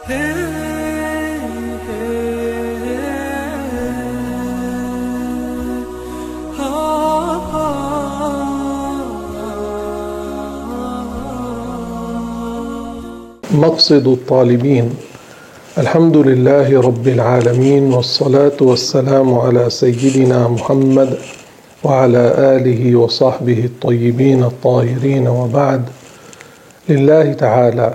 مقصد الطالبين. الحمد لله رب العالمين، والصلاة والسلام على سيدنا محمد وعلى آله وصحبه الطيبين الطاهرين، وبعد. لله تعالى.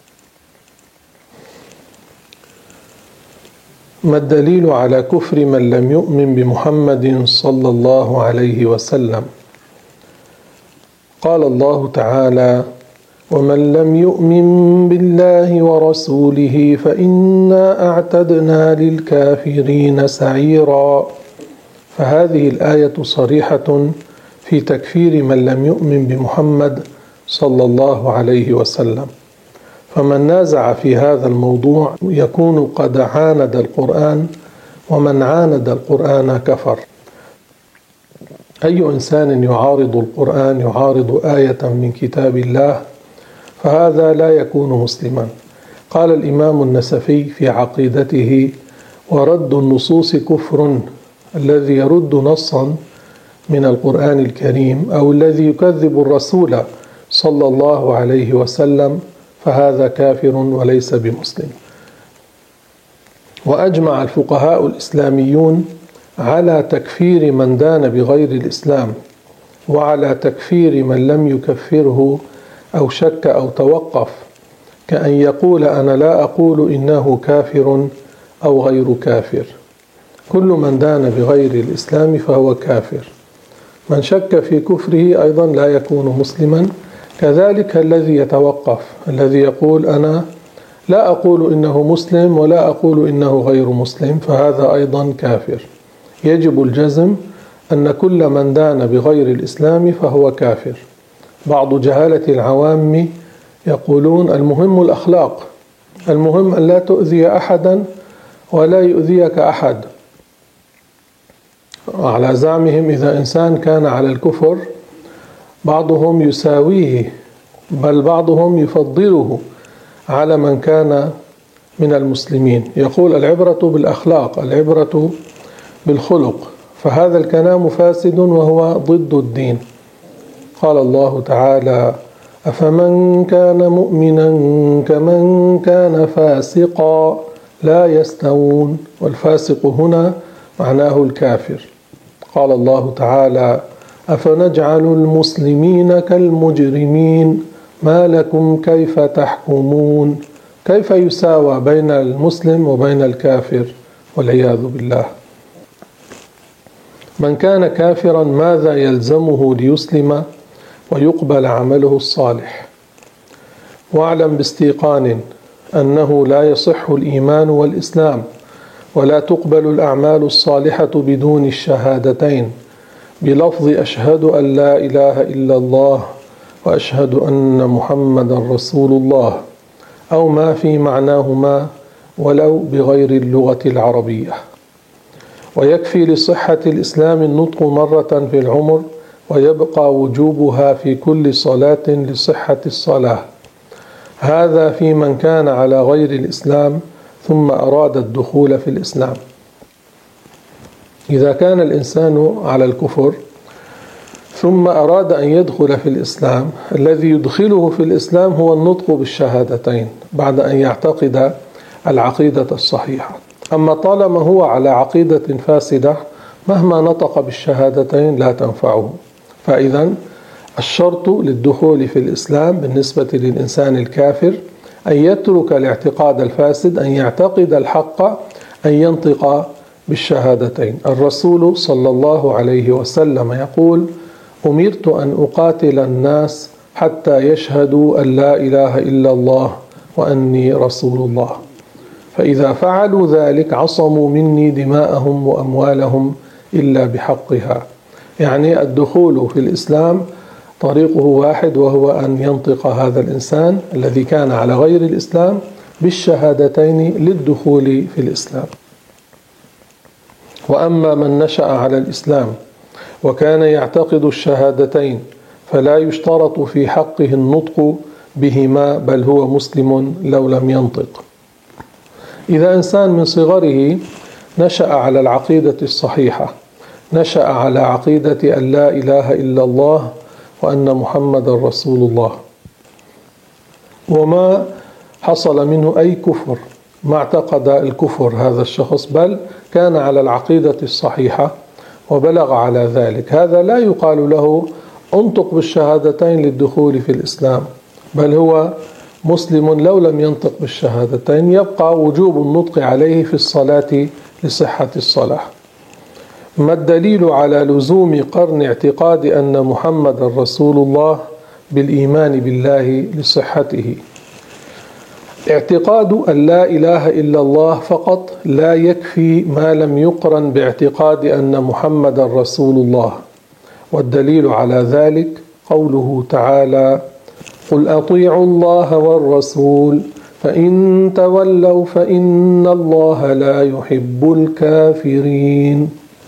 ما الدليل على كفر من لم يؤمن بمحمد صلى الله عليه وسلم؟ قال الله تعالى: ومن لم يؤمن بالله ورسوله فإنا أعتدنا للكافرين سعيرا. فهذه الآية صريحة في تكفير من لم يؤمن بمحمد صلى الله عليه وسلم، فمن نازع في هذا الموضوع يكون قد عاند القرآن، ومن عاند القرآن كفر. أي إنسان يعارض القرآن، يعارض آية من كتاب الله، فهذا لا يكون مسلما. قال الإمام النسفي في عقيدته: ورد النصوص كفر، الذي يرد نصا من القرآن الكريم أو الذي يكذب الرسول صلى الله عليه وسلم، فهذا كافر وليس بمسلم. وأجمع الفقهاء الإسلاميون على تكفير من دان بغير الإسلام، وعلى تكفير من لم يكفره أو شك أو توقف، كأن يقول: أنا لا أقول إنه كافر أو غير كافر. كل من دان بغير الإسلام فهو كافر. من شك في كفره أيضا لا يكون مسلما. كذلك الذي يتوقف، الذي يقول: أنا لا أقول إنه مسلم ولا أقول إنه غير مسلم، فهذا أيضا كافر. يجب الجزم أن كل من دان بغير الإسلام فهو كافر. بعض جهالة العوام يقولون: المهم الأخلاق، المهم أن لا تؤذي أحدا ولا يؤذيك أحد. على زعمهم إذا إنسان كان على الكفر بعضهم يساويه، بل بعضهم يفضله على من كان من المسلمين. يقول: العبرة بالأخلاق، العبرة بالخلق. فهذا الكلام فاسد وهو ضد الدين. قال الله تعالى: أفمن كان مؤمنا كمن كان فاسقا لا يستوون. والفاسق هنا معناه الكافر. قال الله تعالى: أفنجعل المسلمين كالمجرمين ما لكم كيف تحكمون. كيف يساوى بين المسلم وبين الكافر؟ والعياذ بالله. من كان كافرا ماذا يلزمه ليسلم ويقبل عمله الصالح؟ واعلم باستيقان أنه لا يصح الإيمان والإسلام، ولا تقبل الأعمال الصالحة بدون الشهادتين بلفظ أشهد أن لا إله إلا الله وأشهد أن محمدا رسول الله، أو ما في معناهما ولو بغير اللغة العربية. ويكفي لصحة الإسلام النطق مرة في العمر، ويبقى وجوبها في كل صلاة لصحة الصلاة. هذا في من كان على غير الإسلام ثم أراد الدخول في الإسلام. إذا كان الإنسان على الكفر ثم أراد أن يدخل في الإسلام، الذي يدخله في الإسلام هو النطق بالشهادتين بعد أن يعتقد العقيدة الصحيحة. أما طالما هو على عقيدة فاسدة مهما نطق بالشهادتين لا تنفعه. فإذا الشرط للدخول في الإسلام بالنسبة للإنسان الكافر أن يترك الاعتقاد الفاسد، أن يعتقد الحق، أن ينطق بالشهادتين. الرسول صلى الله عليه وسلم يقول: أمرت أن أقاتل الناس حتى يشهدوا أن لا إله إلا الله وأني رسول الله. فإذا فعلوا ذلك عصموا مني دماءهم وأموالهم إلا بحقها. يعني الدخول في الإسلام طريقه واحد، وهو أن ينطق هذا الإنسان الذي كان على غير الإسلام بالشهادتين للدخول في الإسلام. وأما من نشأ على الإسلام وكان يعتقد الشهادتين فلا يشترط في حقه النطق بهما، بل هو مسلم لو لم ينطق. إذا إنسان من صغره نشأ على العقيدة الصحيحة، نشأ على عقيدة أن لا إله إلا الله وأن محمد رسول الله، وما حصل منه أي كفر، ما اعتقد الكفر هذا الشخص، بل كان على العقيدة الصحيحة وبلغ على ذلك، هذا لا يقال له انطق بالشهادتين للدخول في الإسلام، بل هو مسلم لو لم ينطق بالشهادتين، يبقى وجوب النطق عليه في الصلاة لصحة الصلاة. ما الدليل على لزوم قرن اعتقاد أن محمد رسول الله بالإيمان بالله لصحته؟ اعتقاد أن لا إله إلا الله فقط لا يكفي ما لم يقرن باعتقاد أن محمد رسول الله، والدليل على ذلك قوله تعالى: قل أطيعوا الله والرسول فإن تولوا فإن الله لا يحب الكافرين.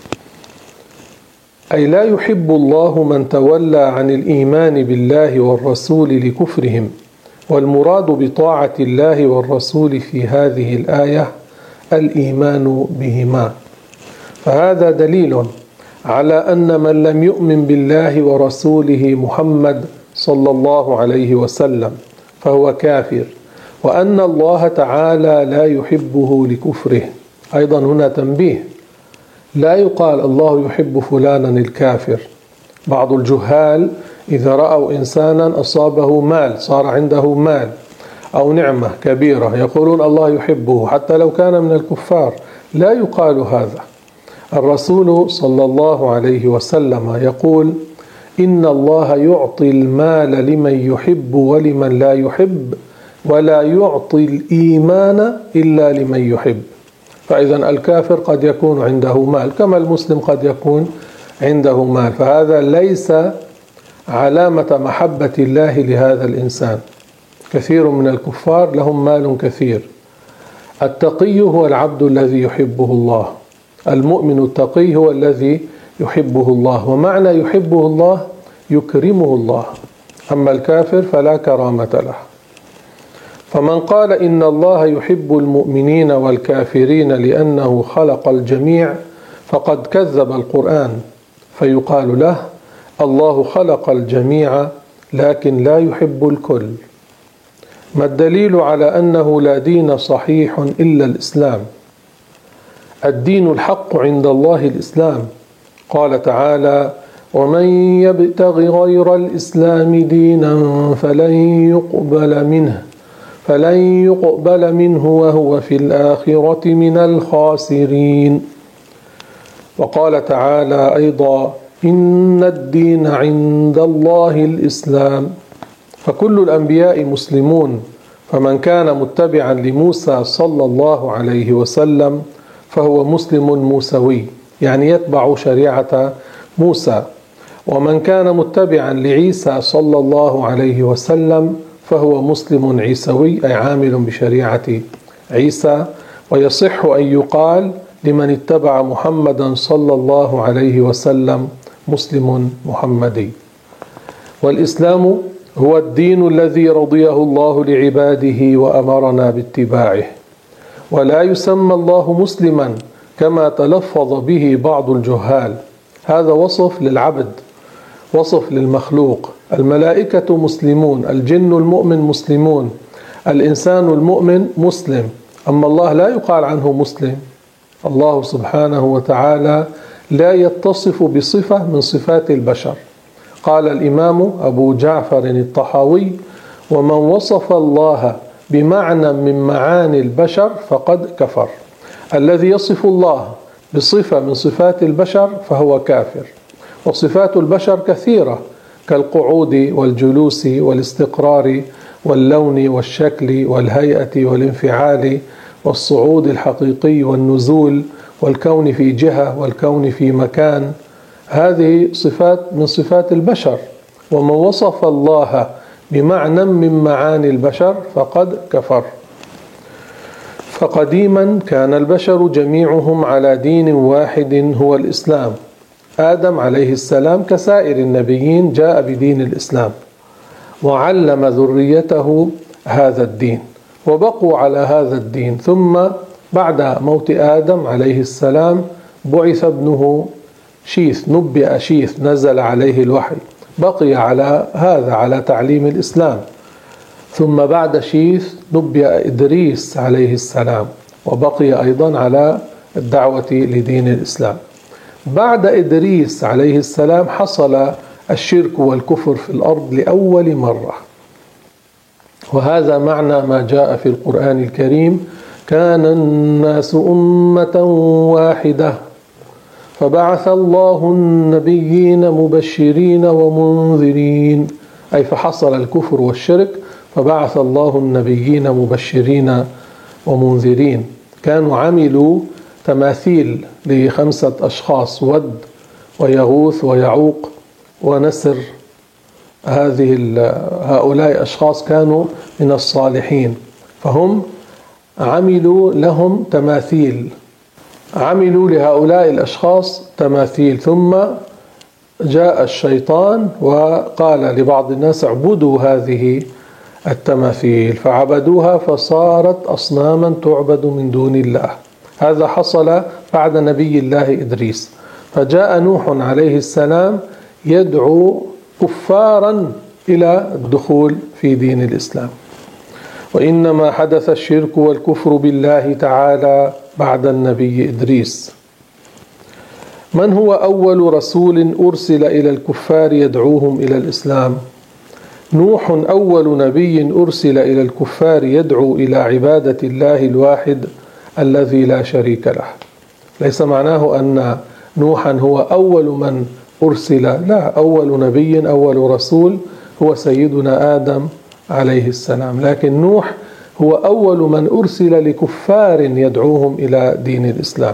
أي لا يحب الله من تولى عن الإيمان بالله والرسول لكفرهم، والمراد بطاعة الله والرسول في هذه الآية الإيمان بهما، فهذا دليل على أن من لم يؤمن بالله ورسوله محمد صلى الله عليه وسلم فهو كافر، وأن الله تعالى لا يحبه لكفره. أيضا هنا تنبيه، لا يقال الله يحب فلانا الكافر. بعض الجهال إذا رأوا إنسانا أصابه مال، صار عنده مال أو نعمة كبيرة، يقولون الله يحبه حتى لو كان من الكفار. لا يقال هذا. الرسول صلى الله عليه وسلم يقول: إن الله يعطي المال لمن يحب ولمن لا يحب، ولا يعطي الإيمان إلا لمن يحب. فإذا الكافر قد يكون عنده مال كما المسلم قد يكون عنده مال، فهذا ليس علامة محبة الله لهذا الإنسان. كثير من الكفار لهم مال كثير. التقي هو العبد الذي يحبه الله، المؤمن التقي هو الذي يحبه الله، ومعنى يحبه الله يكرمه الله، أما الكافر فلا كرامة له. فمن قال إن الله يحب المؤمنين والكافرين لأنه خلق الجميع فقد كذب القرآن، فيقال له: الله خلق الجميع لكن لا يحب الكل. ما الدليل على أنه لا دين صحيح إلا الإسلام؟ الدين الحق عند الله الإسلام. قال تعالى: ومن يبتغ غير الإسلام دينا فلن يقبل منه وهو في الآخرة من الخاسرين. وقال تعالى أيضا: إن الدين عند الله الإسلام. فكل الأنبياء مسلمون، فمن كان متبعا لموسى صلى الله عليه وسلم فهو مسلم موسوي، يعني يتبع شريعة موسى، ومن كان متبعا لعيسى صلى الله عليه وسلم فهو مسلم عيسوي، أي عامل بشريعة عيسى. ويصح أن يقال لمن اتبع محمدا صلى الله عليه وسلم مسلم محمدي. والإسلام هو الدين الذي رضيه الله لعباده وأمرنا باتباعه، ولا يسمى الله مسلما كما تلفظ به بعض الجهال. هذا وصف للعبد، وصف للمخلوق. الملائكة مسلمون، الجن المؤمن مسلمون، الإنسان المؤمن مسلم، أما الله لا يقال عنه مسلم. الله سبحانه وتعالى لا يتصف بصفة من صفات البشر. قال الإمام أبو جعفر الطحاوي: ومن وصف الله بمعنى من معاني البشر فقد كفر. الذي يصف الله بصفة من صفات البشر فهو كافر. وصفات البشر كثيرة، كالقعود والجلوس والاستقرار واللون والشكل والهيئة والانفعال والصعود الحقيقي والنزول والكون في جهة والكون في مكان. هذه صفات من صفات البشر. ومن وصف الله بمعنى من معاني البشر فقد كفر. فقديما كان البشر جميعهم على دين واحد هو الإسلام. آدم عليه السلام كسائر النبيين جاء بدين الإسلام، وعلم ذريته هذا الدين، وبقوا على هذا الدين، ثم بعد موت آدم عليه السلام بعث ابنه شيث، نبئ شيث، نزل عليه الوحي، بقي على هذا، على تعليم الإسلام. ثم بعد شيث نبئ إدريس عليه السلام، وبقي أيضا على الدعوة لدين الإسلام. بعد إدريس عليه السلام حصل الشرك والكفر في الأرض لأول مرة، وهذا معنى ما جاء في القرآن الكريم: كان الناس أمة واحدة فبعث الله النبيين مبشرين ومنذرين، أي فحصل الكفر والشرك فبعث الله النبيين مبشرين ومنذرين. كانوا عملوا تماثيل ل5 أشخاص: ود ويغوث ويعوق ونسر. هؤلاء أشخاص كانوا من الصالحين، فهم عملوا لهم تماثيل، عملوا لهؤلاء الأشخاص تماثيل. ثم جاء الشيطان وقال لبعض الناس: اعبدوا هذه التماثيل، فعبدوها فصارت أصناما تعبد من دون الله. هذا حصل بعد نبي الله إدريس. فجاء نوح عليه السلام يدعو كفارا إلى الدخول في دين الإسلام. وإنما حدث الشرك والكفر بالله تعالى بعد النبي إدريس. من هو أول رسول أرسل إلى الكفار يدعوهم إلى الإسلام؟ نوح أول نبي أرسل إلى الكفار يدعو إلى عبادة الله الواحد الذي لا شريك له. ليس معناه أن نوحا هو أول من أرسل، لا، أول نبي أول رسول هو سيدنا آدم عليه السلام، لكن نوح هو أول من أرسل لكفار يدعوهم إلى دين الإسلام.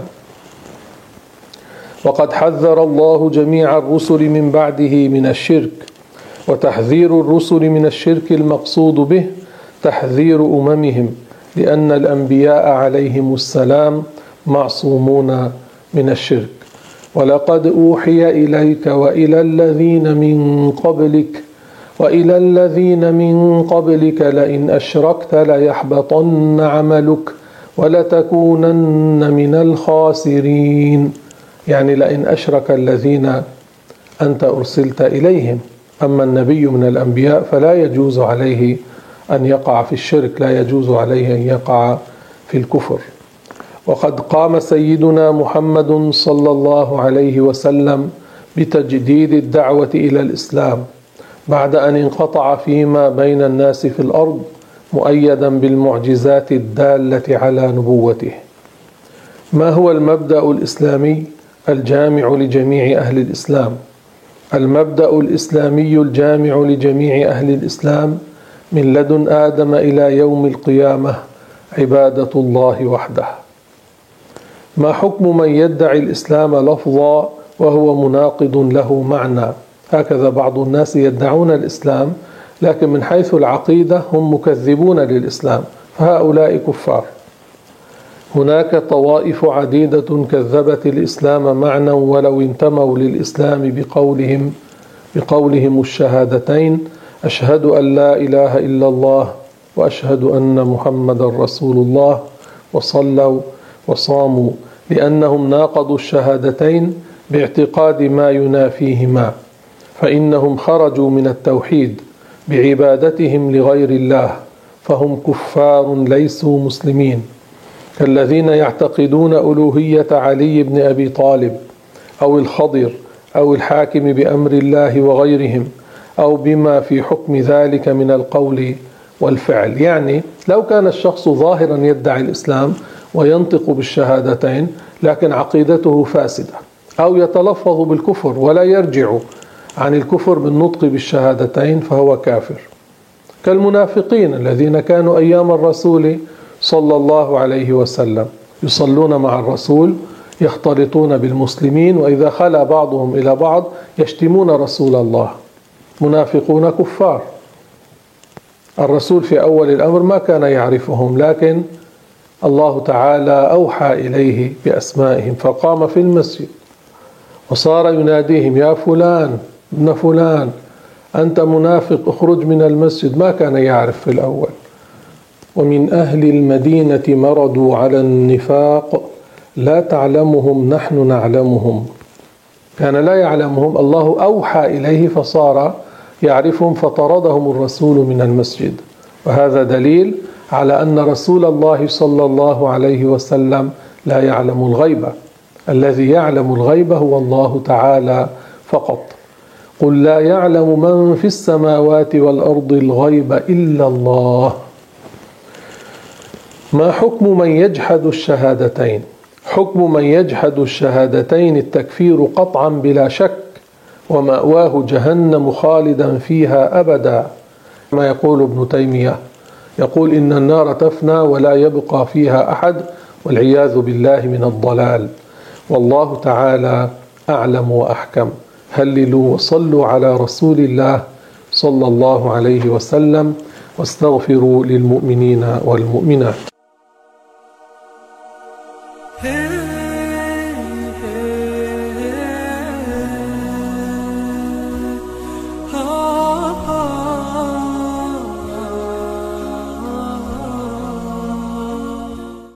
وقد حذر الله جميع الرسل من بعده من الشرك، وتحذير الرسل من الشرك المقصود به تحذير أممهم، لأن الأنبياء عليهم السلام معصومون من الشرك. ولقد أوحي إليك وإلى الذين من قبلك لئن أشركت ليحبطن عملك ولتكونن من الخاسرين. يعني لئن أشرك الذين أنت أرسلت إليهم. أما النبي من الأنبياء فلا يجوز عليه أن يقع في الشرك، لا يجوز عليه أن يقع في الكفر. وقد قام سيدنا محمد صلى الله عليه وسلم بتجديد الدعوة إلى الإسلام بعد أن انقطع فيما بين الناس في الأرض، مؤيدا بالمعجزات الدالة على نبوته. ما هو المبدأ الإسلامي الجامع لجميع أهل الإسلام؟ المبدأ الإسلامي الجامع لجميع أهل الإسلام من لدن آدم إلى يوم القيامة عبادة الله وحده. ما حكم من يدعي الإسلام لفظا وهو مناقض له معنى؟ هكذا بعض الناس يدعون الإسلام، لكن من حيث العقيدة هم مكذبون للإسلام، فهؤلاء كفار. هناك طوائف عديدة كذبت الإسلام معنى ولو انتموا للإسلام بقولهم الشهادتين: أشهد أن لا إله إلا الله وأشهد أن محمدا رسول الله، وصلوا وصاموا، لأنهم ناقضوا الشهادتين باعتقاد ما ينافيهما، فإنهم خرجوا من التوحيد بعبادتهم لغير الله، فهم كفار ليسوا مسلمين، كالذين يعتقدون ألوهية علي بن أبي طالب أو الخضر أو الحاكم بأمر الله وغيرهم، أو بما في حكم ذلك من القول والفعل. يعني لو كان الشخص ظاهرا يدعي الإسلام وينطق بالشهادتين لكن عقيدته فاسدة، أو يتلفظ بالكفر ولا يرجع عن الكفر بالنطق بالشهادتين، فهو كافر، كالمنافقين الذين كانوا أيام الرسول صلى الله عليه وسلم يصلون مع الرسول، يختلطون بالمسلمين، وإذا خلا بعضهم إلى بعض يشتمون رسول الله. منافقون كفار. الرسول في أول الأمر ما كان يعرفهم، لكن الله تعالى أوحى إليه بأسمائهم، فقام في المسجد وصار يناديهم: يا فلان ابن فلان أنت منافق، اخرج من المسجد. ما كان يعرف في الأول، ومن أهل المدينة مردوا على النفاق لا تعلمهم نحن نعلمهم. كان لا يعلمهم، الله أوحى إليه فصار يعرفهم فطردهم الرسول من المسجد. وهذا دليل على أن رسول الله صلى الله عليه وسلم لا يعلم الغيب، الذي يعلم الغيب هو الله تعالى فقط. قل لا يعلم من في السماوات والأرض الغيب إلا الله. ما حكم من يجحد الشهادتين؟ حكم من يجحد الشهادتين التكفير قطعا بلا شك، ومأواه جهنم خالدا فيها أبدا، ما يقول ابن تيمية، يقول إن النار تفنى ولا يبقى فيها أحد، والعياذ بالله من الضلال. والله تعالى أعلم وأحكم. هللوا وصلوا على رسول الله صلى الله عليه وسلم، واستغفروا للمؤمنين والمؤمنات.